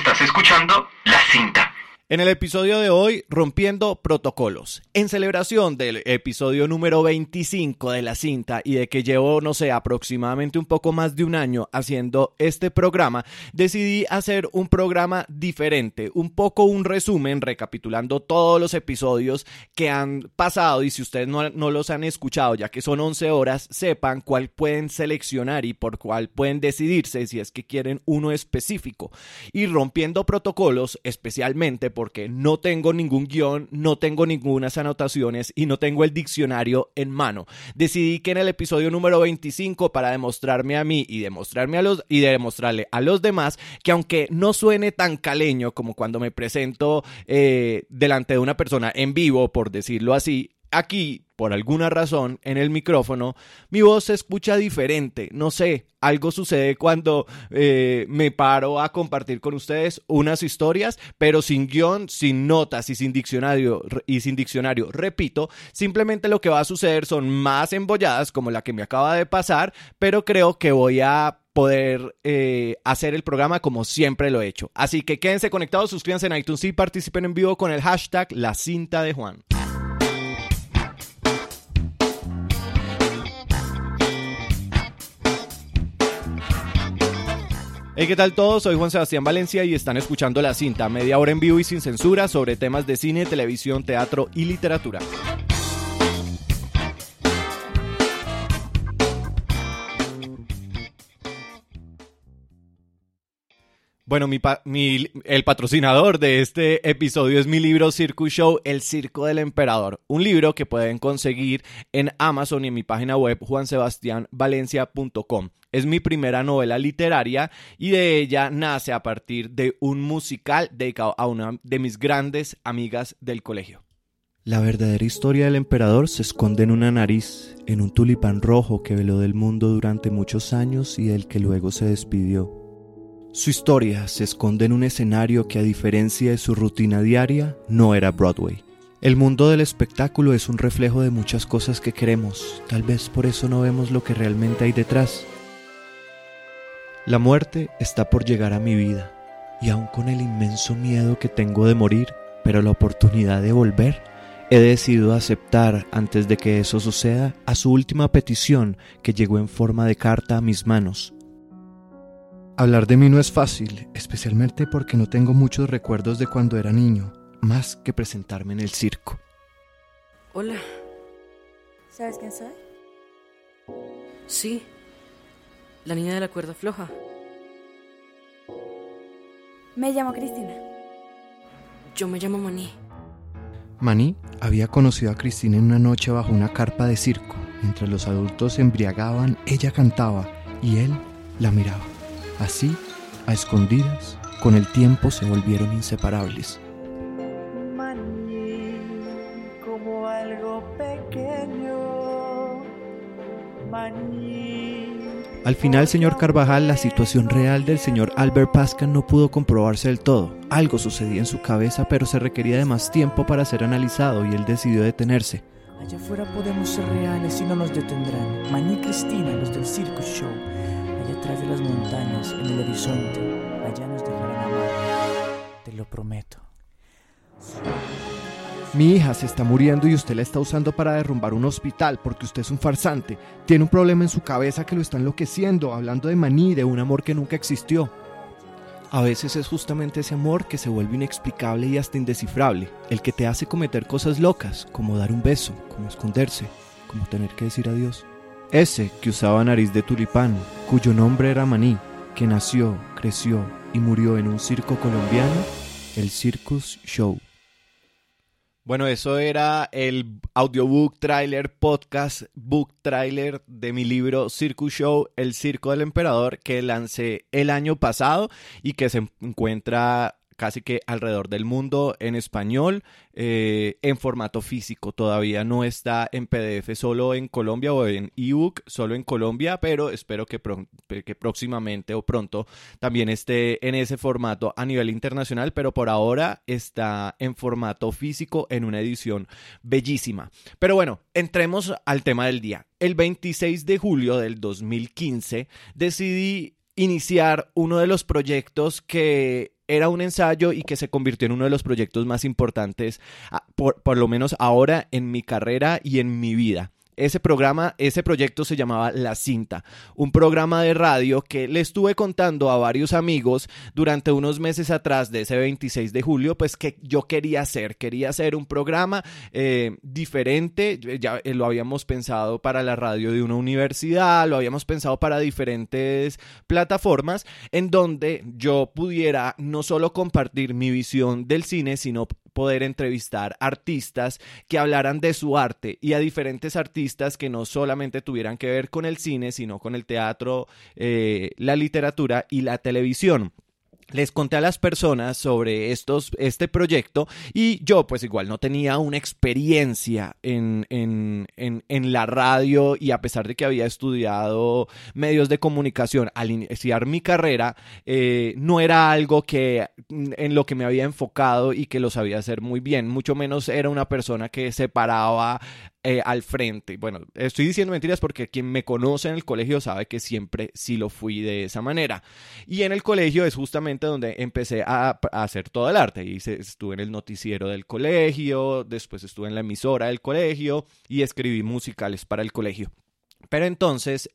Estás escuchando La Cinta. En el episodio de hoy, rompiendo protocolos. En celebración del episodio número 25 de La Cinta y de que llevo, aproximadamente un poco más de un año haciendo este programa, decidí hacer un programa diferente, un poco un resumen recapitulando todos los episodios que han pasado, y si ustedes no los han escuchado, ya que son 11 horas, sepan cuál pueden seleccionar y por cuál pueden decidirse si es que quieren uno específico. Y rompiendo protocolos, especialmente porque no tengo ningún guión, no tengo ningunas anotaciones y no tengo el diccionario en mano. Decidí que en el episodio número 25, para demostrarme a mí y demostrarle a los demás que aunque no suene tan caleño como cuando me presento delante de una persona en vivo, por decirlo así, aquí, por alguna razón, en el micrófono, mi voz se escucha diferente. No sé, algo sucede cuando me paro a compartir con ustedes unas historias, pero sin guión, sin notas y sin diccionario. Repito, simplemente lo que va a suceder son más embolladas como la que me acaba de pasar, pero creo que voy a poder hacer el programa como siempre lo he hecho. Así que quédense conectados, suscríbanse en iTunes y participen en vivo con el hashtag La Cinta de Juan. Hey, ¿qué tal todos? Soy Juan Sebastián Valencia y están escuchando La Cinta, media hora en vivo y sin censura sobre temas de cine, televisión, teatro y literatura. Bueno, el patrocinador de este episodio es mi libro Circus Show, El Circo del Emperador. Un libro que pueden conseguir en Amazon y en mi página web juansebastianvalencia.com. Es mi primera novela literaria y de ella nace a partir de un musical dedicado a una de mis grandes amigas del colegio. La verdadera historia del emperador se esconde en una nariz, en un tulipán rojo que veló del mundo durante muchos años y del que luego se despidió. Su historia se esconde en un escenario que, a diferencia de su rutina diaria, no era Broadway. El mundo del espectáculo es un reflejo de muchas cosas que queremos, tal vez por eso no vemos lo que realmente hay detrás. La muerte está por llegar a mi vida, y aun con el inmenso miedo que tengo de morir, pero la oportunidad de volver, he decidido aceptar, antes de que eso suceda, a su última petición que llegó en forma de carta a mis manos. Hablar de mí no es fácil, especialmente porque no tengo muchos recuerdos de cuando era niño, más que presentarme en el circo. Hola. ¿Sabes quién soy? Sí, la niña de la cuerda floja. Me llamo Cristina. Yo me llamo Maní. Maní había conocido a Cristina en una noche bajo una carpa de circo. Mientras los adultos se embriagaban, ella cantaba y él la miraba. Así, a escondidas, con el tiempo se volvieron inseparables. Maní, como algo pequeño. Maní. Al final, señor Carvajal, la situación real del señor Albert Pascan no pudo comprobarse del todo. Algo sucedía en su cabeza, pero se requería de más tiempo para ser analizado y él decidió detenerse. Allá afuera podemos ser reales y no nos detendrán. Maní y Cristina, los del Circus Show. Allá atrás de las montañas, en el horizonte, allá nos dejarán amar. Te lo prometo. Mi hija se está muriendo y usted la está usando para derrumbar un hospital porque usted es un farsante. Tiene un problema en su cabeza que lo está enloqueciendo, hablando de Maní, de un amor que nunca existió. A veces es justamente ese amor que se vuelve inexplicable y hasta indescifrable, el que te hace cometer cosas locas, como dar un beso, como esconderse, como tener que decir adiós. Ese que usaba nariz de tulipán, cuyo nombre era Maní, que nació, creció y murió en un circo colombiano, el Circus Show. Bueno, eso era el audiobook trailer, podcast book trailer de mi libro Circus Show, El Circo del Emperador, que lancé el año pasado y que se encuentra casi que alrededor del mundo en español, en formato físico. Todavía no está en PDF solo en Colombia o en ebook solo en Colombia, pero espero que próximamente o pronto también esté en ese formato a nivel internacional, pero por ahora está en formato físico en una edición bellísima. Pero bueno, entremos al tema del día. El 26 de julio del 2015 decidí iniciar uno de los proyectos que era un ensayo y que se convirtió en uno de los proyectos más importantes, por lo menos ahora en mi carrera y en mi vida. Ese proyecto se llamaba La Cinta, un programa de radio que le estuve contando a varios amigos durante unos meses atrás de ese 26 de julio, pues que yo quería hacer un programa diferente. Ya lo habíamos pensado para la radio de una universidad, lo habíamos pensado para diferentes plataformas en donde yo pudiera no solo compartir mi visión del cine, sino poder entrevistar artistas que hablaran de su arte y a diferentes artistas que no solamente tuvieran que ver con el cine, sino con el teatro, la literatura y la televisión. Les conté a las personas sobre este proyecto y yo pues igual no tenía una experiencia en la radio, y a pesar de que había estudiado medios de comunicación al iniciar mi carrera, no era algo en lo que me había enfocado y que lo sabía hacer muy bien, mucho menos era una persona que se paraba al frente. Bueno, estoy diciendo mentiras porque quien me conoce en el colegio sabe que siempre sí lo fui de esa manera. Y en el colegio es justamente donde empecé a hacer todo el arte. Estuve en el noticiero del colegio, después estuve en la emisora del colegio y escribí musicales para el colegio. Pero entonces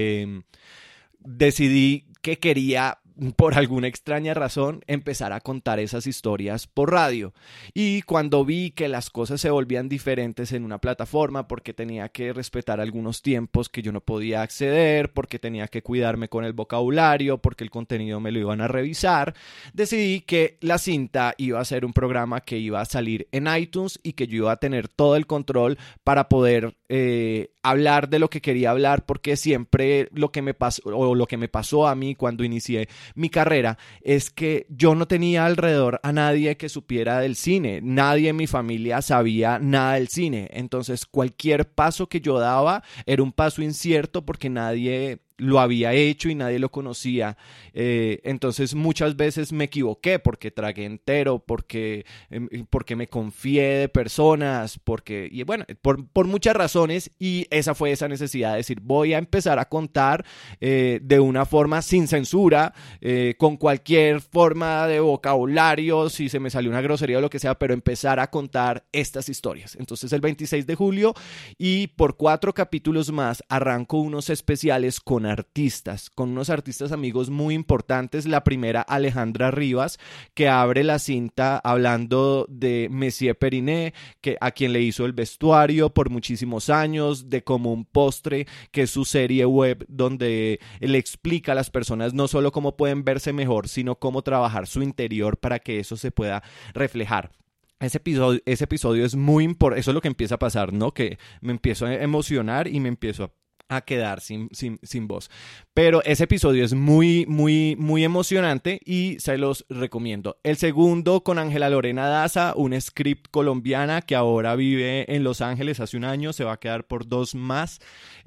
decidí que quería, por alguna extraña razón, empezar a contar esas historias por radio. Y cuando vi que las cosas se volvían diferentes en una plataforma, porque tenía que respetar algunos tiempos que yo no podía acceder, porque tenía que cuidarme con el vocabulario, porque el contenido me lo iban a revisar, decidí que La Cinta iba a ser un programa que iba a salir en iTunes y que yo iba a tener todo el control para poder hablar de lo que quería hablar, porque siempre lo que me pasó a mí cuando inicié mi carrera es que yo no tenía alrededor a nadie que supiera del cine, nadie en mi familia sabía nada del cine, entonces cualquier paso que yo daba era un paso incierto porque nadie lo había hecho y nadie lo conocía. Entonces muchas veces me equivoqué porque tragué entero, porque me confié de personas, y bueno, por muchas razones, y esa fue esa necesidad de decir, voy a empezar a contar de una forma sin censura, con cualquier forma de vocabulario, si se me salió una grosería o lo que sea, pero empezar a contar estas historias. Entonces el 26 de julio y por 4 capítulos más arranco unos especiales con unos artistas amigos muy importantes. La primera, Alejandra Rivas, que abre La Cinta hablando de Messier Periné, a quien le hizo el vestuario por muchísimos años, de Como un postre, que es su serie web donde le explica a las personas no solo cómo pueden verse mejor, sino cómo trabajar su interior para que eso se pueda reflejar. Ese episodio es muy importante. Eso es lo que empieza a pasar, ¿no? Que me empiezo a emocionar y me empiezo a quedar sin voz. Pero ese episodio es muy, muy, muy emocionante y se los recomiendo. El segundo con Ángela Lorena Daza, una script colombiana que ahora vive en Los Ángeles hace un año, se va a quedar por 2 más.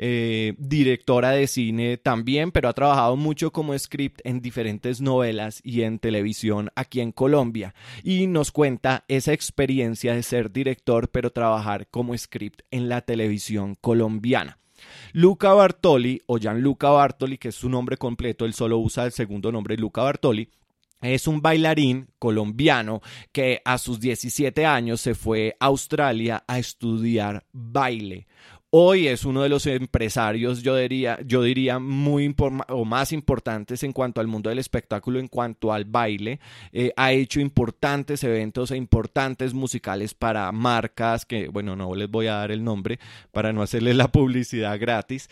Directora de cine también, pero ha trabajado mucho como script en diferentes novelas y en televisión aquí en Colombia. Y nos cuenta esa experiencia de ser director, pero trabajar como script en la televisión colombiana. Luca Bartoli, o Gianluca Bartoli, que es su nombre completo, él solo usa el segundo nombre, Luca Bartoli, es un bailarín colombiano que a sus 17 años se fue a Australia a estudiar baile. Hoy es uno de los empresarios, yo diría más importantes en cuanto al mundo del espectáculo, en cuanto al baile. Ha hecho importantes eventos e importantes musicales para marcas que, bueno, no les voy a dar el nombre para no hacerles la publicidad gratis,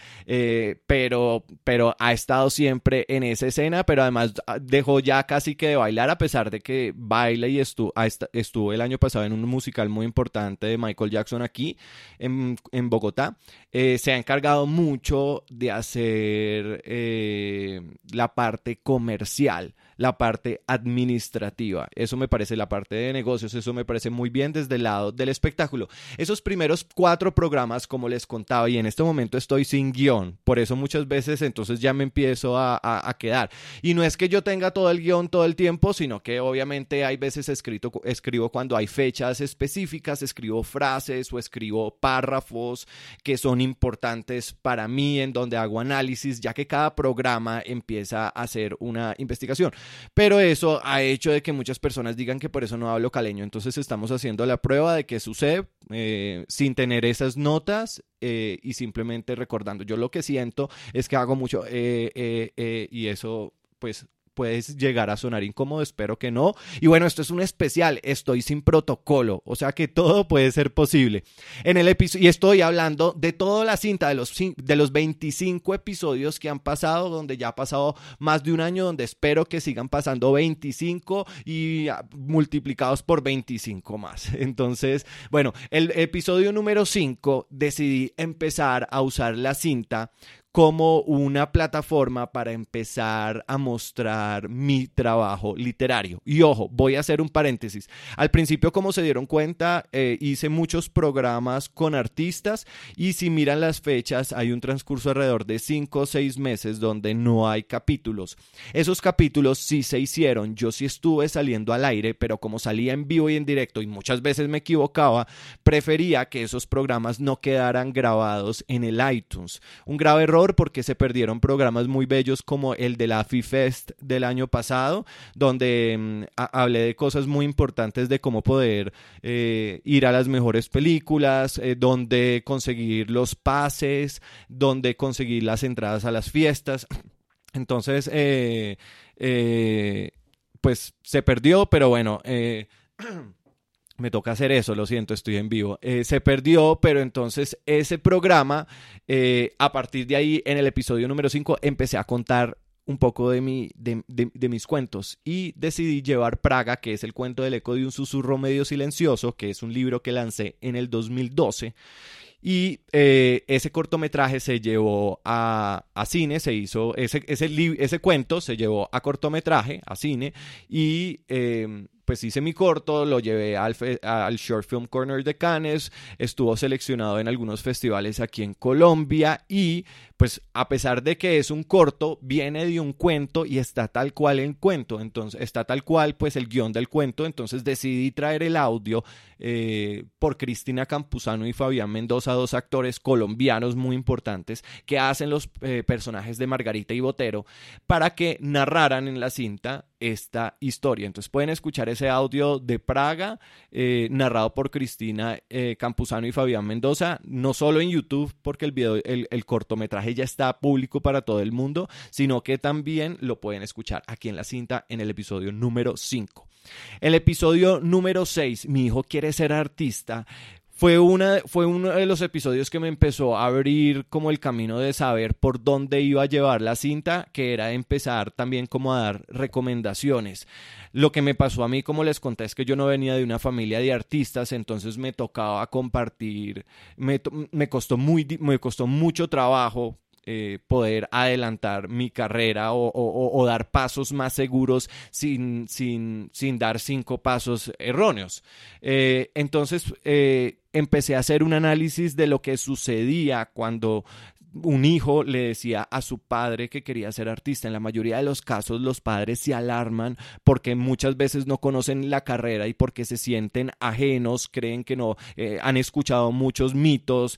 pero ha estado siempre en esa escena, pero además dejó ya casi que de bailar, a pesar de que baila y estuvo el año pasado en un musical muy importante de Michael Jackson aquí en Bogotá. Se ha encargado mucho de hacer la parte comercial, la parte administrativa. Eso me parece, la parte de negocios, eso me parece muy bien desde el lado del espectáculo. Esos primeros 4 programas, como les contaba, y en este momento estoy sin guión, por eso muchas veces entonces ya me empiezo a quedar. Y no es que yo tenga todo el guión todo el tiempo, sino que obviamente hay veces escribo cuando hay fechas específicas, escribo frases o escribo párrafos que son importantes para mí, en donde hago análisis, ya que cada programa empieza a hacer una investigación. pero eso ha hecho de que muchas personas digan que por eso no hablo caleño. Entonces estamos haciendo la prueba de que sucede sin tener esas notas y simplemente recordando. Yo lo que siento es que hago mucho y eso pues puedes llegar a sonar incómodo, espero que no. Y bueno, esto es un especial, estoy sin protocolo, o sea que todo puede ser posible. En el episodio, y estoy hablando de toda la cinta, de los 25 episodios que han pasado, donde ya ha pasado más de un año, donde espero que sigan pasando 25 y multiplicados por 25 más. Entonces, bueno, el episodio número 5 decidí empezar a usar la cinta como una plataforma para empezar a mostrar mi trabajo literario. Y ojo, voy a hacer un paréntesis. Al principio, como se dieron cuenta, hice muchos programas con artistas y si miran las fechas, hay un transcurso alrededor de 5 o 6 meses donde no hay capítulos. Esos capítulos sí se hicieron, yo sí estuve saliendo al aire, pero como salía en vivo y en directo y muchas veces me equivocaba, prefería que esos programas no quedaran grabados en el iTunes. Un grave error porque se perdieron programas muy bellos como el de la FIFest del año pasado, donde hablé de cosas muy importantes de cómo poder ir a las mejores películas, dónde conseguir los pases, dónde conseguir las entradas a las fiestas. Entonces, pues se perdió, pero bueno... me toca hacer eso, lo siento, estoy en vivo. Se perdió, pero entonces ese programa, a partir de ahí, en el episodio número 5, empecé a contar un poco de mis cuentos y decidí llevar Praga, que es el cuento del eco de un susurro medio silencioso, que es un libro que lancé en el 2012. Y ese cortometraje se llevó a cine, se hizo, ese cuento se llevó a cortometraje, a cine, y pues hice mi corto, lo llevé al Short Film Corner de Cannes, estuvo seleccionado en algunos festivales aquí en Colombia y pues a pesar de que es un corto, viene de un cuento y está tal cual el cuento, entonces está tal cual pues el guión del cuento, entonces decidí traer el audio por Cristina Campuzano y Fabián Mendoza, dos actores colombianos muy importantes que hacen los personajes de Margarita y Botero, para que narraran en la cinta esta historia. Entonces pueden escuchar ese audio de Praga narrado por Cristina Campuzano y Fabián Mendoza, no solo en YouTube porque el cortometraje ya está público para todo el mundo, sino que también lo pueden escuchar aquí en la cinta en el episodio número 5. El episodio número 6, mi hijo quiere ser artista, fue uno de los episodios que me empezó a abrir como el camino de saber por dónde iba a llevar la cinta, que era empezar también como a dar recomendaciones. Lo que me pasó a mí, como les conté, es que yo no venía de una familia de artistas, entonces me tocaba compartir, me costó mucho trabajo poder adelantar mi carrera o dar pasos más seguros sin dar 5 pasos erróneos. Entonces empecé a hacer un análisis de lo que sucedía cuando un hijo le decía a su padre que quería ser artista. En la mayoría de los casos los padres se alarman porque muchas veces no conocen la carrera y porque se sienten ajenos, creen que no, han escuchado muchos mitos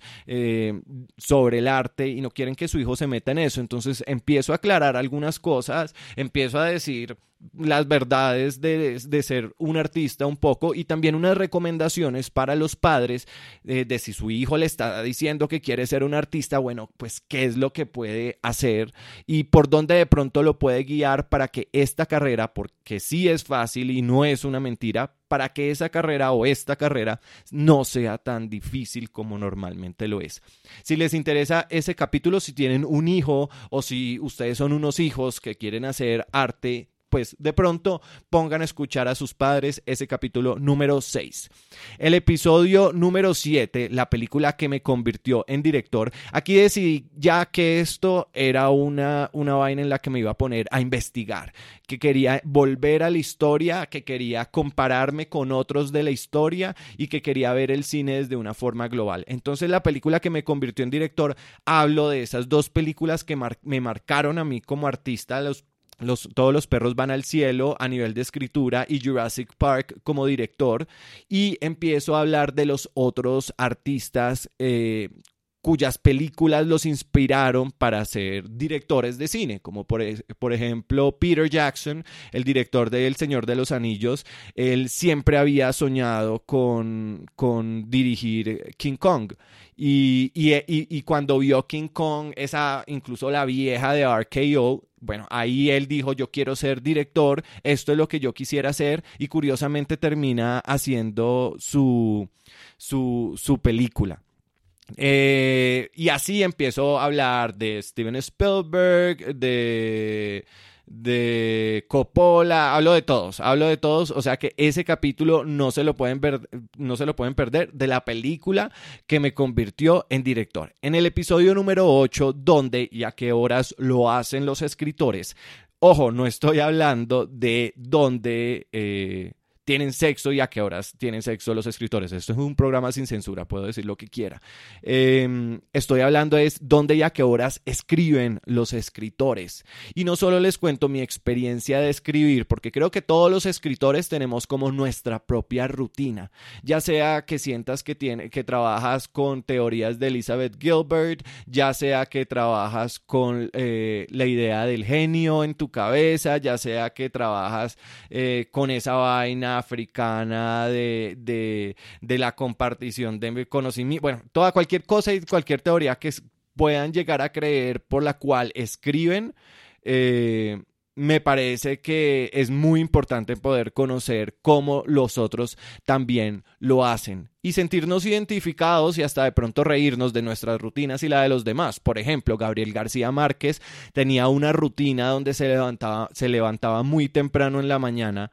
sobre el arte y no quieren que su hijo se meta en eso. Entonces empiezo a aclarar algunas cosas, empiezo a decir las verdades de ser un artista un poco y también unas recomendaciones para los padres de si su hijo le está diciendo que quiere ser un artista, bueno, pues qué es lo que puede hacer y por dónde de pronto lo puede guiar para que esta carrera, porque sí es fácil y no es una mentira, para que esa carrera o esta carrera no sea tan difícil como normalmente lo es. Si les interesa ese capítulo, si tienen un hijo o si ustedes son unos hijos que quieren hacer arte, pues de pronto pongan a escuchar a sus padres ese capítulo número 6. El episodio número 7, la película que me convirtió en director. Aquí decidí ya que esto era una vaina en la que me iba a poner a investigar, que quería volver a la historia, que quería compararme con otros de la historia y que quería ver el cine desde una forma global. Entonces la película que me convirtió en director, hablo de esas dos películas que me marcaron a mí como artista, Todos los perros van al cielo a nivel de escritura y Jurassic Park como director, y empiezo a hablar de los otros artistas cuyas películas los inspiraron para ser directores de cine, como por ejemplo Peter Jackson, el director de El Señor de los Anillos. Él siempre había soñado con dirigir King Kong. Y cuando vio King Kong, incluso la vieja de RKO, bueno, ahí él dijo: yo quiero ser director, esto es lo que yo quisiera hacer, y curiosamente termina haciendo su película. Y así empiezo a hablar de Steven Spielberg, de Coppola, hablo de todos, o sea que ese capítulo no se lo pueden perder, de la película que me convirtió en director. En el episodio número 8, ¿dónde y a qué horas lo hacen los escritores? Ojo, no estoy hablando de dónde tienen sexo y a qué horas tienen sexo los escritores. Esto es un programa sin censura, puedo decir lo que quiera. Estoy hablando es dónde y a qué horas escriben los escritores. Y no solo les cuento mi experiencia de escribir, porque creo que todos los escritores tenemos como nuestra propia rutina. Ya sea que sientas que trabajas con teorías de Elizabeth Gilbert, ya sea que trabajas con la idea del genio en tu cabeza, ya sea que trabajas con esa vaina africana de la compartición de conocimiento, bueno, cualquier cosa y cualquier teoría que puedan llegar a creer por la cual escriben, me parece que es muy importante poder conocer cómo los otros también lo hacen y sentirnos identificados y hasta de pronto reírnos de nuestras rutinas y la de los demás. Por ejemplo, Gabriel García Márquez tenía una rutina donde se levantaba muy temprano en la mañana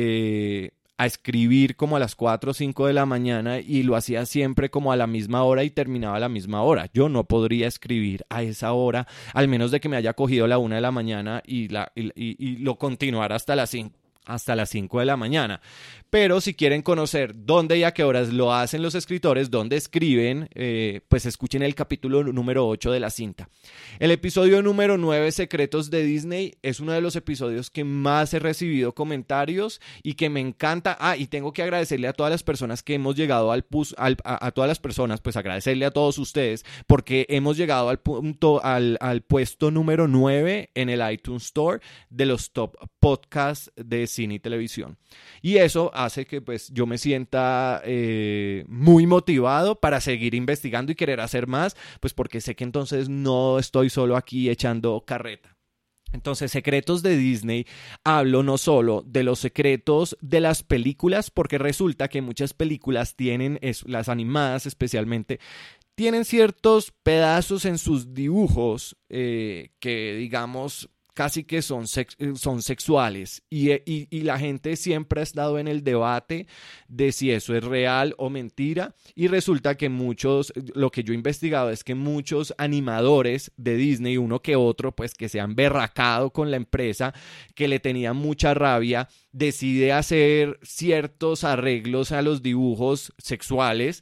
a escribir como a las 4 o 5 de la mañana, y lo hacía siempre como a la misma hora y terminaba a la misma hora. Yo no podría escribir a esa hora, al menos de que me haya cogido la 1 de la mañana y lo continuara hasta las 5 de la mañana. Pero si quieren conocer dónde y a qué horas lo hacen los escritores, dónde escriben, pues escuchen el capítulo número 8 de la cinta. El episodio número 9, Secretos de Disney, es uno de los episodios que más he recibido comentarios y que me encanta. Y tengo que agradecerle a todas las personas que hemos llegado a todas las personas, pues agradecerle a todos ustedes, porque hemos llegado al puesto número 9 en el iTunes Store de los top podcasts de cine y televisión. Y eso hace que pues yo me sienta muy motivado para seguir investigando y querer hacer más, pues porque sé que entonces no estoy solo aquí echando carreta. Entonces, Secretos de Disney, hablo no solo de los secretos de las películas, porque resulta que muchas películas tienen, las animadas especialmente, tienen ciertos pedazos en sus dibujos que digamos casi que son sexuales y la gente siempre ha estado en el debate de si eso es real o mentira, y resulta que lo que yo he investigado es que muchos animadores de Disney, uno que otro, pues que se han berracado con la empresa, que le tenía mucha rabia, decide hacer ciertos arreglos a los dibujos sexuales,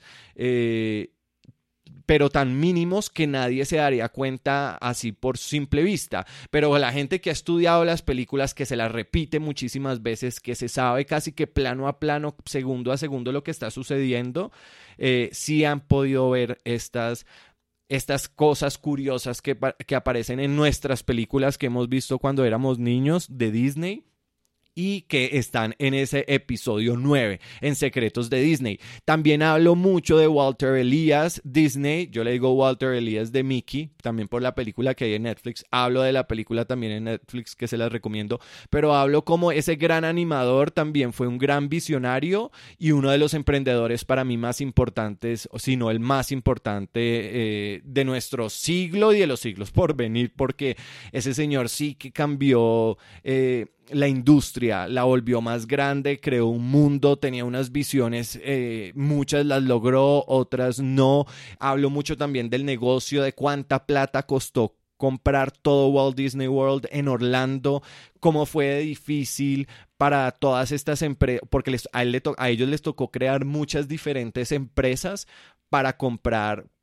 pero tan mínimos que nadie se daría cuenta así por simple vista. Pero la gente que ha estudiado las películas, que se las repite muchísimas veces, que se sabe casi que plano a plano, segundo a segundo lo que está sucediendo, sí han podido ver estas cosas curiosas que aparecen en nuestras películas que hemos visto cuando éramos niños de Disney, y que están en ese episodio 9, en Secretos de Disney. También hablo mucho de Walter Elias Disney, yo le digo Walter Elias de Mickey, también por la película que hay en Netflix. Hablo de la película también en Netflix, que se las recomiendo, pero hablo como ese gran animador también fue un gran visionario y uno de los emprendedores para mí más importantes, si no el más importante de nuestro siglo y de los siglos por venir, porque ese señor sí que cambió la industria, la volvió más grande, creó un mundo, tenía unas visiones, muchas las logró, otras no. Hablo mucho también del negocio, de cuánta plata costó comprar todo Walt Disney World en Orlando, cómo fue difícil para todas estas empresas, porque a ellos les tocó crear muchas diferentes empresas para comprar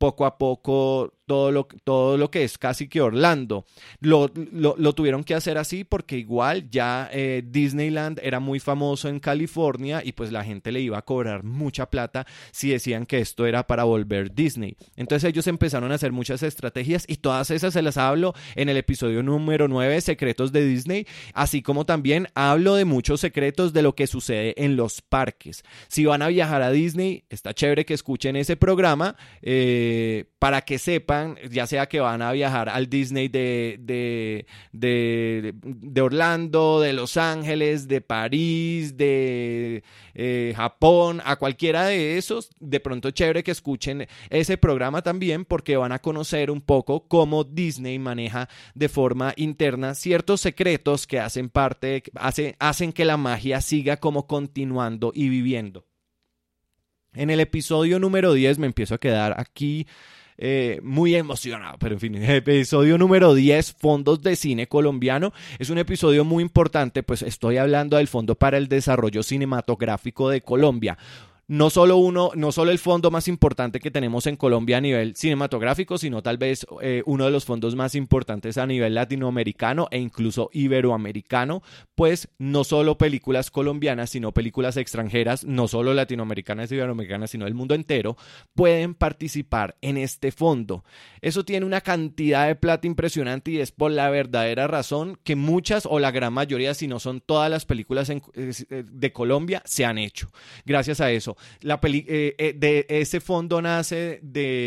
poco a poco todo lo que es casi que Orlando. Lo tuvieron que hacer así porque igual ya Disneyland era muy famoso en California y pues la gente le iba a cobrar mucha plata si decían que esto era para volver Disney. Entonces ellos empezaron a hacer muchas estrategias y todas esas se las hablo en el episodio número 9, Secretos de Disney, así como también hablo de muchos secretos de lo que sucede en los parques. Si van a viajar a Disney, está chévere que escuchen ese programa para que sepan, ya sea que van a viajar al Disney de Orlando, de Los Ángeles, de París, de Japón, a cualquiera de esos, de pronto chévere que escuchen ese programa también porque van a conocer un poco cómo Disney maneja de forma interna ciertos secretos que hacen que la magia siga como continuando y viviendo. En el episodio número 10 me empiezo a quedar aquí muy emocionado, pero en fin, el episodio número 10, Fondos de Cine Colombiano, es un episodio muy importante, pues estoy hablando del Fondo para el Desarrollo Cinematográfico de Colombia. No solo el fondo más importante que tenemos en Colombia a nivel cinematográfico, sino tal vez uno de los fondos más importantes a nivel latinoamericano e incluso iberoamericano, pues no solo películas colombianas, sino películas extranjeras, no solo latinoamericanas y iberoamericanas, sino el mundo entero, pueden participar en este fondo. Eso tiene una cantidad de plata impresionante y es por la verdadera razón que muchas o la gran mayoría, si no son todas las películas de Colombia, se han hecho. Gracias a eso. De ese fondo nace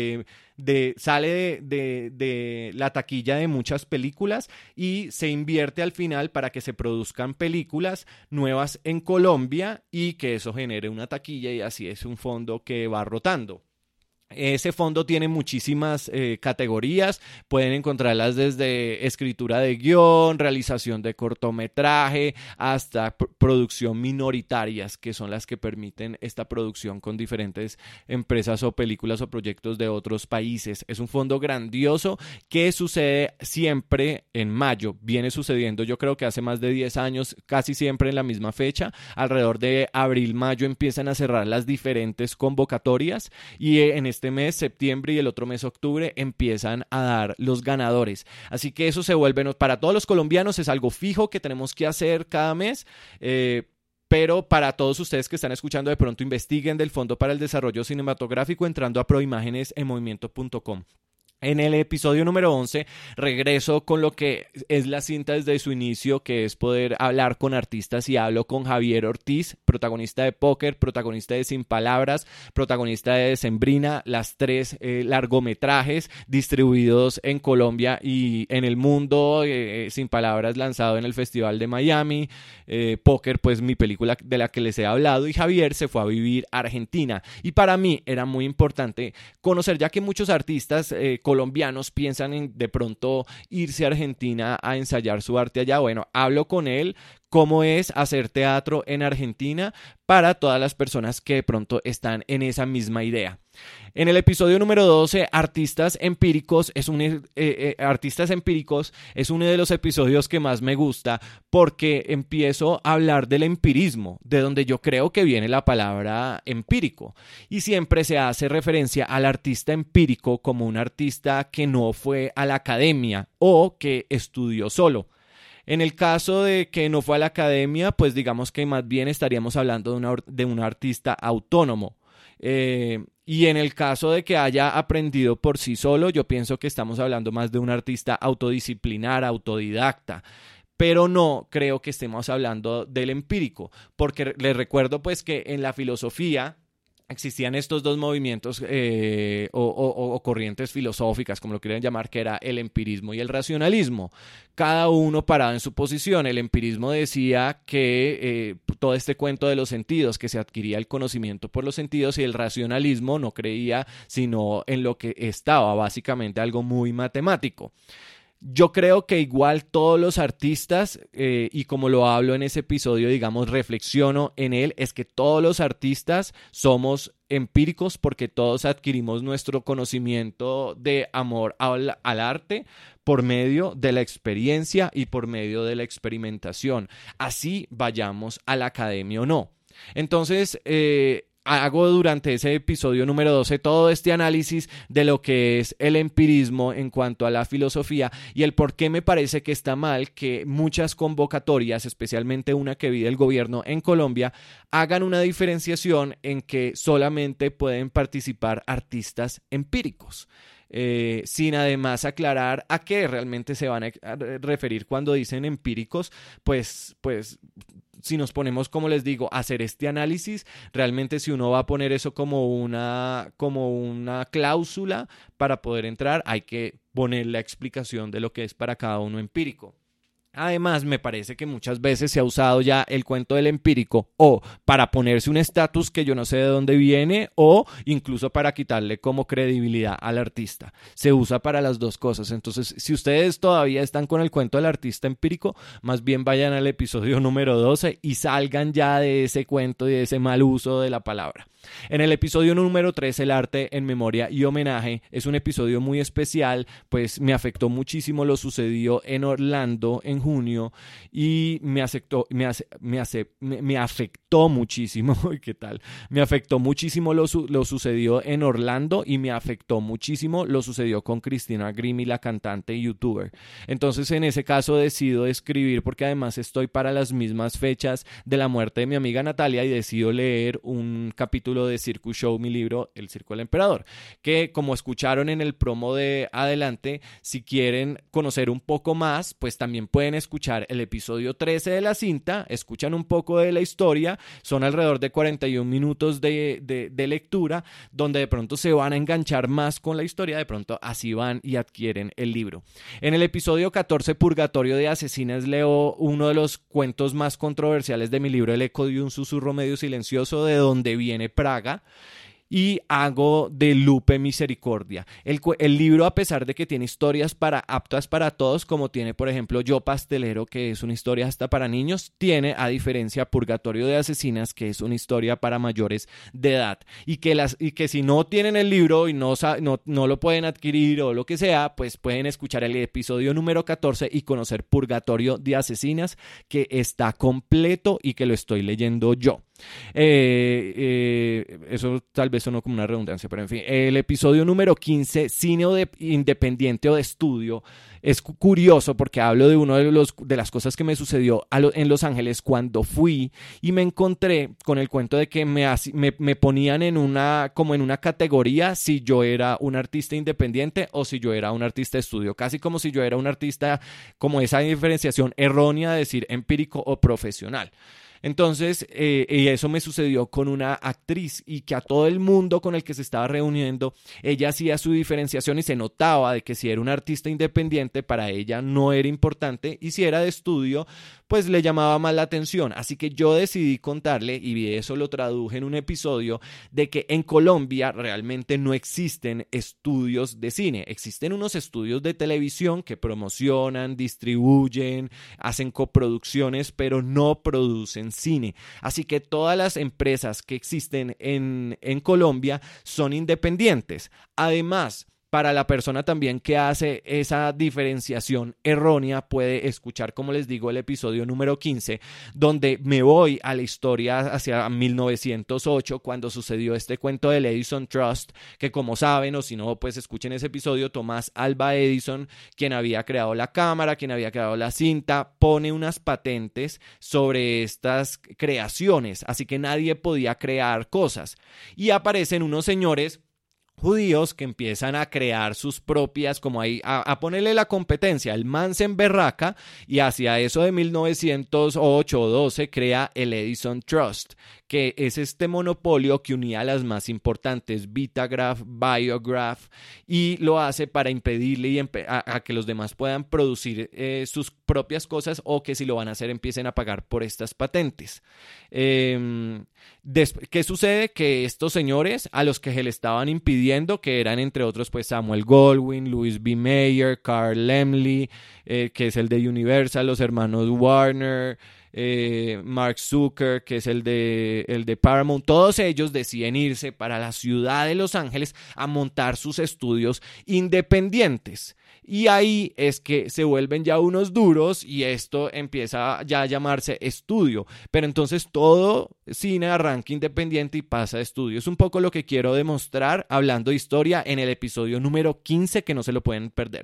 sale de la taquilla de muchas películas y se invierte al final para que se produzcan películas nuevas en Colombia y que eso genere una taquilla y así es un fondo que va rotando. Ese fondo tiene muchísimas categorías, pueden encontrarlas desde escritura de guión, realización de cortometraje, hasta producción minoritarias, que son las que permiten esta producción con diferentes empresas o películas o proyectos de otros países. Es un fondo grandioso que sucede siempre en mayo, viene sucediendo yo creo que hace más de 10 años, casi siempre en la misma fecha, alrededor de abril-mayo empiezan a cerrar las diferentes convocatorias y en este mes, septiembre y el otro mes, octubre, empiezan a dar los ganadores. Así que eso se vuelve, para todos los colombianos es algo fijo que tenemos que hacer cada mes, pero para todos ustedes que están escuchando, de pronto investiguen del Fondo para el Desarrollo Cinematográfico entrando a proimágenesenmovimiento.com. En el episodio número 11 regreso con lo que es la cinta desde su inicio, que es poder hablar con artistas, y hablo con Javier Ortiz, protagonista de Póker, protagonista de Sin Palabras, protagonista de Decembrina, las 3 largometrajes distribuidos en Colombia y en el mundo. Sin Palabras lanzado en el Festival de Miami, Póker pues mi película de la que les he hablado, y Javier se fue a vivir a Argentina y para mí era muy importante conocer, ya que muchos artistas colombianos piensan en de pronto irse a Argentina a ensayar su arte allá. Bueno, hablo con él cómo es hacer teatro en Argentina para todas las personas que de pronto están en esa misma idea. En el episodio número 12, Artistas Empíricos es uno de los episodios que más me gusta porque empiezo a hablar del empirismo, de donde yo creo que viene la palabra empírico. Y siempre se hace referencia al artista empírico como un artista que no fue a la academia o que estudió solo. En el caso de que no fue a la academia, pues digamos que más bien estaríamos hablando de un artista autónomo. Y en el caso de que haya aprendido por sí solo, yo pienso que estamos hablando más de un artista autodisciplinar, autodidacta. Pero no creo que estemos hablando del empírico, porque les recuerdo pues que en la filosofía existían estos dos movimientos o corrientes filosóficas, como lo quieran llamar, que era el empirismo y el racionalismo. Cada uno parado en su posición. El empirismo decía que todo este cuento de los sentidos, que se adquiría el conocimiento por los sentidos, y el racionalismo no creía sino en lo que estaba, básicamente algo muy matemático. Yo creo que igual todos los artistas, y como lo hablo en ese episodio, digamos, reflexiono en él, es que todos los artistas somos empíricos porque todos adquirimos nuestro conocimiento de amor al arte por medio de la experiencia y por medio de la experimentación. Así vayamos a la academia o no. Entonces, hago durante ese episodio número 12 todo este análisis de lo que es el empirismo en cuanto a la filosofía y el por qué me parece que está mal que muchas convocatorias, especialmente una que vive el gobierno en Colombia, hagan una diferenciación en que solamente pueden participar artistas empíricos. Sin además aclarar a qué realmente se van a referir cuando dicen empíricos, pues si nos ponemos, como les digo, a hacer este análisis, realmente si uno va a poner eso como una cláusula para poder entrar, hay que poner la explicación de lo que es para cada uno empírico. Además, me parece que muchas veces se ha usado ya el cuento del empírico o para ponerse un estatus que yo no sé de dónde viene o incluso para quitarle como credibilidad al artista. Se usa para las dos cosas. Entonces, si ustedes todavía están con el cuento del artista empírico, más bien vayan al episodio número 12 y salgan ya de ese cuento y de ese mal uso de la palabra. En el episodio número 3, el arte en memoria y homenaje, es un episodio muy especial, pues me afectó muchísimo lo sucedido en Orlando en junio y me afectó muchísimo, ¿qué tal? Me afectó muchísimo lo sucedido en Orlando y me afectó muchísimo lo sucedió con Christina Grimmie, la cantante y youtuber. Entonces, en ese caso decido escribir porque además estoy para las mismas fechas de la muerte de mi amiga Natalia y decido leer un capítulo de Circus Show, mi libro El Circo del Emperador, que como escucharon en el promo de adelante, si quieren conocer un poco más, pues también pueden escuchar el episodio 13 de la cinta, escuchan un poco de la historia, son alrededor de 41 minutos de lectura, donde de pronto se van a enganchar más con la historia, de pronto así van y adquieren el libro. En el episodio 14, Purgatorio de Asesinas, leo uno de los cuentos más controversiales de mi libro, El eco de un susurro medio silencioso, de donde viene Praga, y hago de Lupe Misericordia. El libro, a pesar de que tiene historias aptas para todos, como tiene por ejemplo Yo Pastelero, que es una historia hasta para niños, tiene, a diferencia, Purgatorio de Asesinas, que es una historia para mayores de edad, y que si no tienen el libro y no lo pueden adquirir o lo que sea, pues pueden escuchar el episodio número 14 y conocer Purgatorio de Asesinas, que está completo y que lo estoy leyendo yo. Eso tal vez sonó como una redundancia, pero en fin, el episodio número 15, cine independiente o de estudio, es curioso porque hablo de uno de las cosas que me sucedió en Los Ángeles cuando fui y me encontré con el cuento de que me ponían en una categoría si yo era un artista independiente o si yo era un artista de estudio, casi como si yo era un artista, como esa diferenciación errónea de decir empírico o profesional. Entonces, y eso me sucedió con una actriz y que a todo el mundo con el que se estaba reuniendo, ella hacía su diferenciación y se notaba de que si era un artista independiente, para ella no era importante, y si era de estudio, pues le llamaba más la atención. Así que yo decidí contarle, y eso lo traduje en un episodio, de que en Colombia realmente no existen estudios de cine. Existen unos estudios de televisión que promocionan, distribuyen, hacen coproducciones, pero no producen cine. Así que todas las empresas que existen en Colombia son independientes. Además, para la persona también que hace esa diferenciación errónea, puede escuchar, como les digo, el episodio número 15, donde me voy a la historia hacia 1908, cuando sucedió este cuento del Edison Trust, que como saben, o si no, pues escuchen ese episodio, Thomas Alva Edison, quien había creado la cámara, quien había creado la cinta, pone unas patentes sobre estas creaciones, así que nadie podía crear cosas. Y aparecen unos señores judíos que empiezan a crear sus propias, como ahí, a ponerle la competencia. El man se emberraca y hacia eso de 1908 o 12 crea el Edison Trust, que es este monopolio que unía a las más importantes, Vitagraph, Biograph, y lo hace para impedirle a que los demás puedan producir sus propias cosas, o que si lo van a hacer empiecen a pagar por estas patentes. ¿Qué sucede? Que estos señores, a los que se le estaban impidiendo, que eran entre otros pues Samuel Goldwyn, Louis B. Mayer, Carl Laemmle, que es el de Universal, los hermanos Warner, Mark Zucker, que es el de Paramount, todos ellos deciden irse para la ciudad de Los Ángeles a montar sus estudios independientes. Y ahí es que se vuelven ya unos duros y esto empieza ya a llamarse estudio. Pero entonces todo cine arranca independiente y pasa a estudio. Es un poco lo que quiero demostrar hablando de historia en el episodio número 15, que no se lo pueden perder.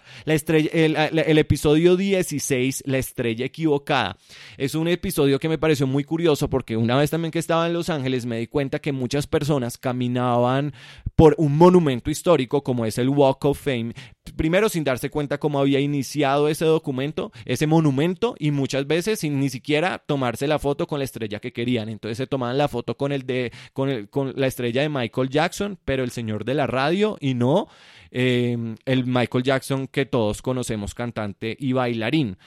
El episodio 16, La estrella equivocada, es un episodio que me pareció muy curioso porque una vez también que estaba en Los Ángeles me di cuenta que muchas personas caminaban por un monumento histórico como es el Walk of Fame, primero sin darse cuenta cómo había iniciado ese documento, ese monumento, y muchas veces sin ni siquiera tomarse la foto con la estrella que querían. Entonces se tomaban la foto con la estrella de Michael Jackson, pero el señor de la radio, y no el Michael Jackson que todos conocemos, cantante y bailarín.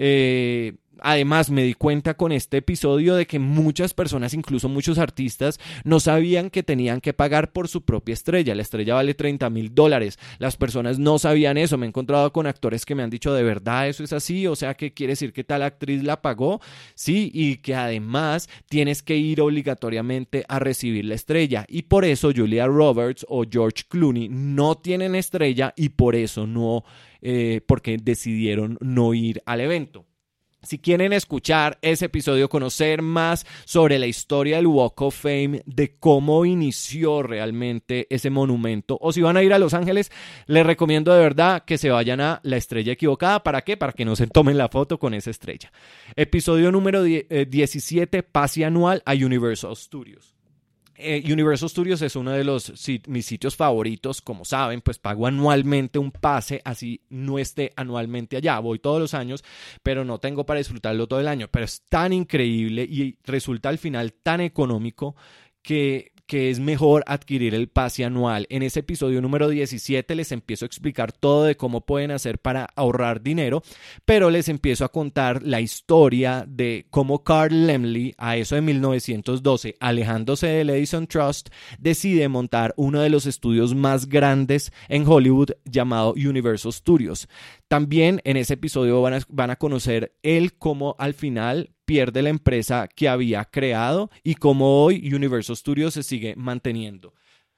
Además me di cuenta con este episodio de que muchas personas, incluso muchos artistas, no sabían que tenían que pagar por su propia estrella. La estrella vale $30,000. Las personas no sabían eso. Me he encontrado con actores que me han dicho, ¿de verdad eso es así? O sea, ¿qué quiere decir que tal actriz la pagó? Sí, y que además tienes que ir obligatoriamente a recibir la estrella. Y por eso Julia Roberts o George Clooney no tienen estrella y por eso no, porque decidieron no ir al evento. Si quieren escuchar ese episodio, conocer más sobre la historia del Walk of Fame, de cómo inició realmente ese monumento, o si van a ir a Los Ángeles, les recomiendo de verdad que se vayan a La estrella equivocada. ¿Para qué? Para que no se tomen la foto con esa estrella. Episodio número 17, pase anual a Universal Studios. Universal Studios es uno de mis sitios favoritos. Como saben, pues pago anualmente un pase, así no esté anualmente allá. Voy todos los años, pero no tengo para disfrutarlo todo el año. Pero es tan increíble y resulta al final tan económico que es mejor adquirir el pase anual. En ese episodio número 17 les empiezo a explicar todo de cómo pueden hacer para ahorrar dinero, pero les empiezo a contar la historia de cómo Carl Laemmle, a eso de 1912, alejándose del Edison Trust, decide montar uno de los estudios más grandes en Hollywood llamado Universal Studios. También en ese episodio van a conocer él cómo al final pierde la empresa que había creado y cómo hoy Universal Studios se sigue manteniendo.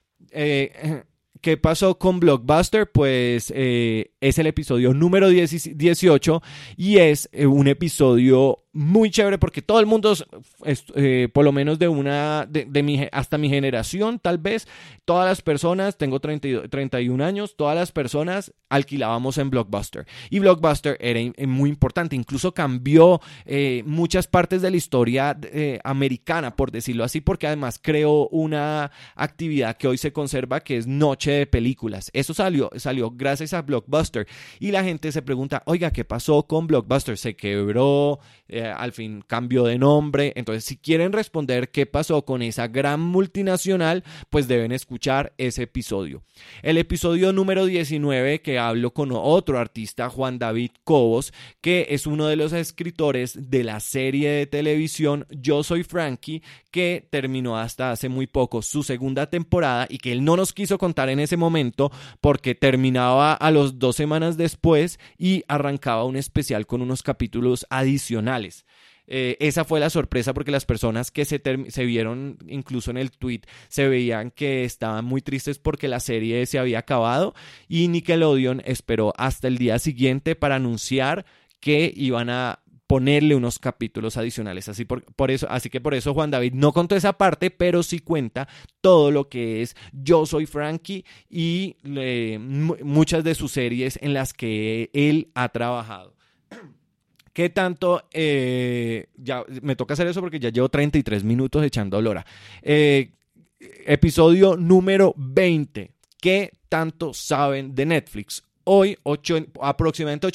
¿Qué pasó con Blockbuster? Pues es el episodio número 18 y es un episodio muy chévere porque todo el mundo, por lo menos hasta mi generación, tal vez, todas las personas, tengo 31 años, todas las personas alquilábamos en Blockbuster. Y Blockbuster era muy importante, incluso cambió muchas partes de la historia americana, por decirlo así, porque además creó una actividad que hoy se conserva, que es Noche de Películas. Eso salió gracias a Blockbuster. Y la gente se pregunta, oiga, ¿qué pasó con Blockbuster? ¿Se quebró? Al fin cambió de nombre. Entonces, si quieren responder qué pasó con esa gran multinacional, pues deben escuchar ese episodio. El episodio número 19, que hablo con otro artista, Juan David Cobos, que es uno de los escritores de la serie de televisión Yo Soy Frankie, que terminó hasta hace muy poco su segunda temporada y que él no nos quiso contar en ese momento porque terminaba a los 2 semanas después y arrancaba un especial con unos capítulos adicionales. Esa fue la sorpresa porque las personas que se vieron incluso en el tweet se veían que estaban muy tristes porque la serie se había acabado y Nickelodeon esperó hasta el día siguiente para anunciar que iban a ponerle unos capítulos adicionales. Así que por eso Juan David no contó esa parte, pero sí cuenta todo lo que es Yo Soy Frankie y muchas de sus series en las que él ha trabajado. ¿Qué tanto? Ya me toca hacer eso porque ya llevo 33 minutos echando lora. Episodio número 20. ¿Qué tanto saben de Netflix? Hoy aproximadamente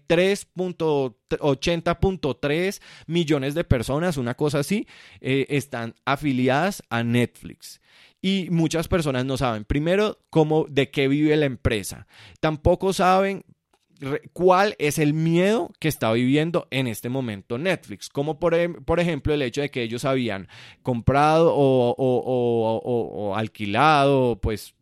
80.3 millones de personas, una cosa así, están afiliadas a Netflix. Y muchas personas no saben, primero, de qué vive la empresa. Tampoco saben cuál es el miedo que está viviendo en este momento Netflix, como por ejemplo el hecho de que ellos habían comprado o alquilado, pues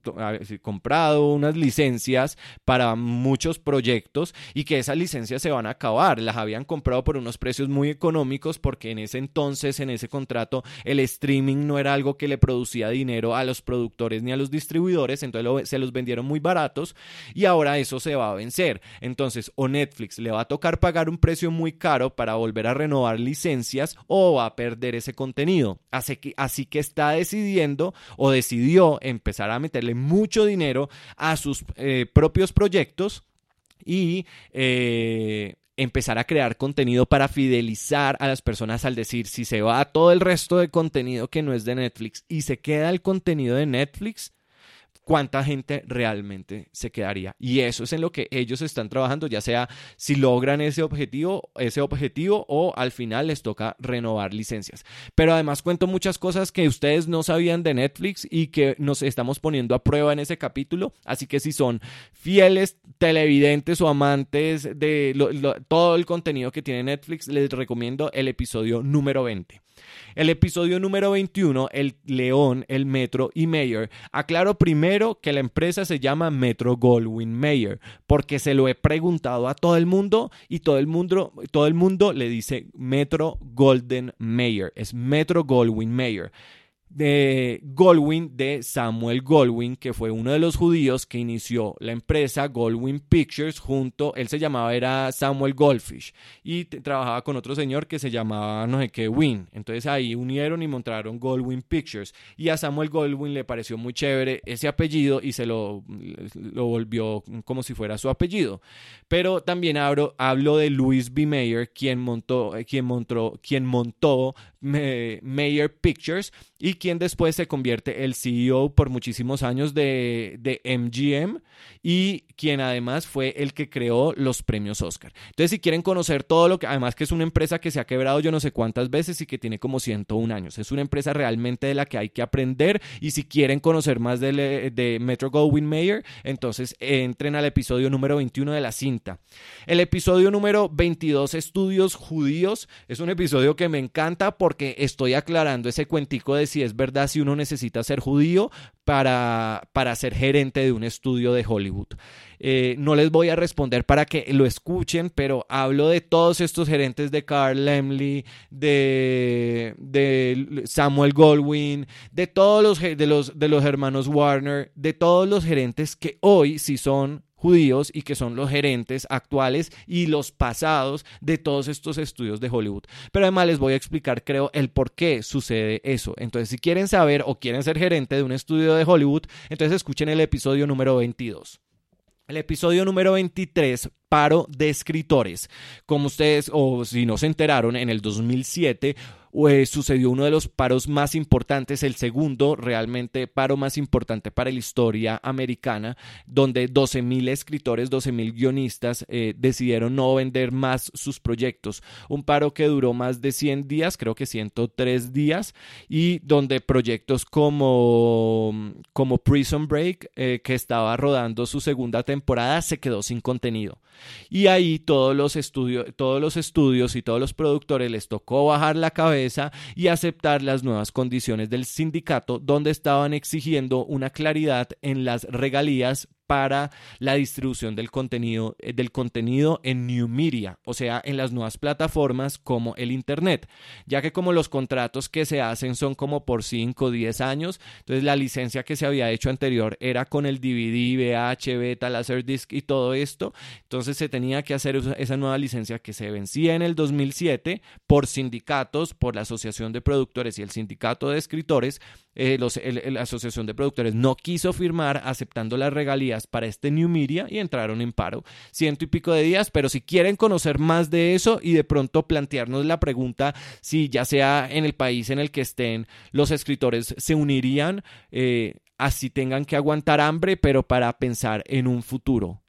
comprado unas licencias para muchos proyectos y que esas licencias se van a acabar. Las habían comprado por unos precios muy económicos porque en ese entonces, en ese contrato, el streaming no era algo que le producía dinero a los productores ni a los distribuidores, entonces se los vendieron muy baratos y ahora eso se va a vencer. Entonces, o Netflix le va a tocar pagar un precio muy caro para volver a renovar licencias o va a perder ese contenido. Así que está decidiendo o decidió empezar a meterle mucho dinero a sus propios proyectos y empezar a crear contenido para fidelizar a las personas, al decir, si se va todo el resto de contenido que no es de Netflix y se queda el contenido de Netflix, ¿cuánta gente realmente se quedaría? Y eso es en lo que ellos están trabajando, ya sea si logran ese objetivo o al final les toca renovar licencias. Pero además cuento muchas cosas que ustedes no sabían de Netflix y que nos estamos poniendo a prueba en ese capítulo, así que si son fieles televidentes o amantes de todo el contenido que tiene Netflix, les recomiendo el episodio número 20. El episodio número 21, el León, el Metro y Mayer. Aclaro primero que la empresa se llama Metro Goldwyn Mayer porque se lo he preguntado a todo el mundo y todo el mundo le dice Metro Golden Mayer. Es Metro Goldwyn Mayer. De Goldwyn, de Samuel Goldwyn, que fue uno de los judíos que inició la empresa Goldwyn Pictures él se llamaba, era Samuel Goldfish, y trabajaba con otro señor que se llamaba no sé qué Wynn. Entonces ahí unieron y montaron Goldwyn Pictures, y a Samuel Goldwyn le pareció muy chévere ese apellido y se lo volvió como si fuera su apellido. Pero también hablo de Louis B. Mayer, quien montó Mayer Pictures y quien después se convierte el CEO por muchísimos años de MGM y quien además fue el que creó los premios Oscar. Entonces, si quieren conocer todo lo que, además que es una empresa que se ha quebrado yo no sé cuántas veces y que tiene como 101 años, es una empresa realmente de la que hay que aprender, y si quieren conocer más de Metro Goldwyn Mayer, entonces entren al episodio número 21 de La Cinta. El episodio número 22, Estudios Judíos, es un episodio que me encanta porque estoy aclarando ese cuentico de si es verdad si uno necesita ser judío para ser gerente de un estudio de Hollywood. No les voy a responder para que lo escuchen, pero hablo de todos estos gerentes, de Carl Laemmle, de Samuel Goldwyn, de todos los hermanos Warner, de todos los gerentes que hoy sí son judíos y que son los gerentes actuales y los pasados de todos estos estudios de Hollywood. Pero además les voy a explicar, creo, el por qué sucede eso. Entonces, si quieren saber o quieren ser gerente de un estudio de Hollywood, entonces escuchen el episodio número 22. El episodio número 23, paro de escritores. Como ustedes, o si no se enteraron, en el 2007 sucedió uno de los paros más importantes, el segundo realmente paro más importante para la historia americana, donde 12,000 escritores, 12,000 guionistas decidieron no vender más sus proyectos. Un paro que duró más de 100 días, creo que 103 días, y donde proyectos como Prison Break, que estaba rodando su segunda temporada, se quedó sin contenido. Y ahí todos los estudios y todos los productores les tocó bajar la cabeza y aceptar las nuevas condiciones del sindicato, donde estaban exigiendo una claridad en las regalías para la distribución del contenido en New Media, o sea, en las nuevas plataformas como el Internet, ya que como los contratos que se hacen son como por 5 o 10 años, entonces la licencia que se había hecho anterior era con el DVD, VH, Beta, Laserdisc y todo esto, entonces se tenía que hacer esa nueva licencia que se vencía en el 2007 por sindicatos, por la Asociación de Productores y el Sindicato de Escritores. La Asociación de Productores no quiso firmar aceptando las regalías para este New Media y entraron en paro 100 y pico de días. Pero si quieren conocer más de eso y de pronto plantearnos la pregunta si ya sea en el país en el que estén los escritores se unirían, así tengan que aguantar hambre, pero para pensar en un futuro.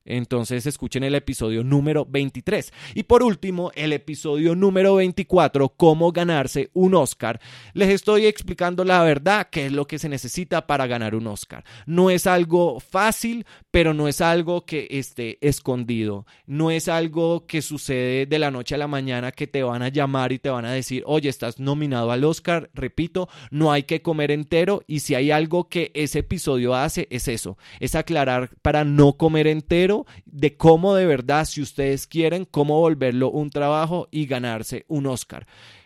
Entonces escuchen el episodio número 23. Y por último, el episodio número 24, cómo ganarse un Oscar. Les estoy explicando la verdad, qué es lo que se necesita para ganar un Oscar. No es algo fácil, pero no es algo que esté escondido. No es algo que sucede de la noche a la mañana, que te van a llamar y te van a decir, oye, estás nominado al Oscar. Repito, no hay que comer entero, y si hay algo que ese episodio hace, es eso, es aclarar para no comer entero, de cómo de verdad, si ustedes quieren, cómo volverlo un trabajo y ganarse un Oscar.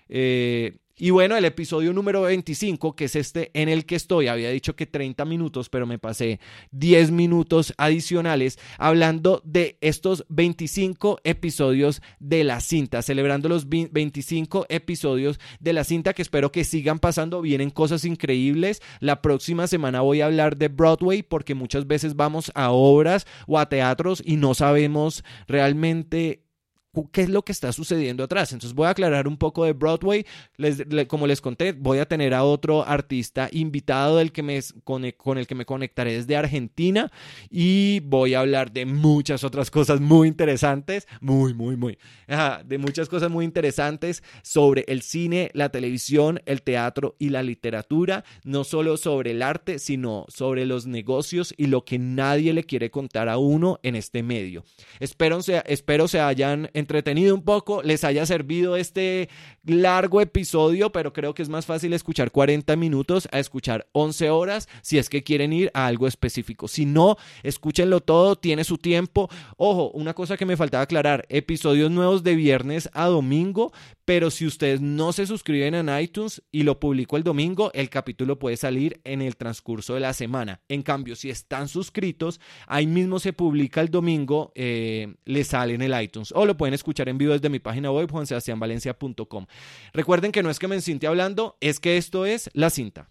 Y bueno, el episodio número 25, que es este en el que estoy, había dicho que 30 minutos, pero me pasé 10 minutos adicionales hablando de estos 25 episodios de La Cinta, celebrando los 25 episodios de La Cinta, que espero que sigan pasando. Vienen cosas increíbles. La próxima semana voy a hablar de Broadway, porque muchas veces vamos a obras o a teatros y no sabemos realmente qué es lo que está sucediendo atrás. Entonces voy a aclarar un poco de Broadway. Como les conté, voy a tener a otro artista invitado con el que me conectaré desde Argentina, y voy a hablar de muchas otras cosas muy interesantes, de muchas cosas muy interesantes sobre el cine, la televisión, el teatro y la literatura, no solo sobre el arte, sino sobre los negocios y lo que nadie le quiere contar a uno en este medio. Espero se hayan entretenido un poco, les haya servido este largo episodio, pero creo que es más fácil escuchar 40 minutos a escuchar 11 horas si es que quieren ir a algo específico. Si no, escúchenlo todo, tiene su tiempo. Ojo, una cosa que me faltaba aclarar, episodios nuevos de viernes a domingo, pero si ustedes no se suscriben en iTunes y lo publico el domingo, el capítulo puede salir en el transcurso de la semana. En cambio, si están suscritos, ahí mismo se publica el domingo, les sale en el iTunes, o lo pueden escuchar en vivo desde mi página web, juansebastianvalencia.com. Recuerden que no es que me siente hablando, es que esto es La Cinta.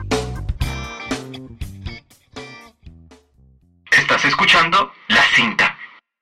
Estás escuchando La Cinta.